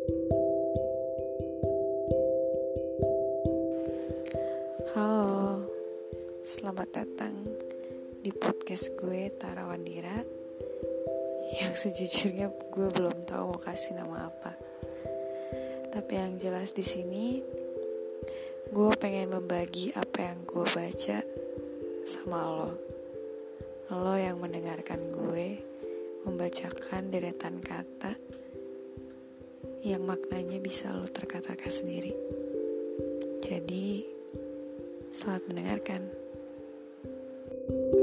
Halo, selamat datang di podcast gue Tara Wandira. Yang sejujurnya gue belum tahu mau kasih nama apa. Tapi yang jelas di sini gue pengen membagi apa yang gue baca sama lo yang mendengarkan gue membacakan deretan kata yang maknanya bisa lo terka-terka sendiri. Jadi, selamat mendengarkan.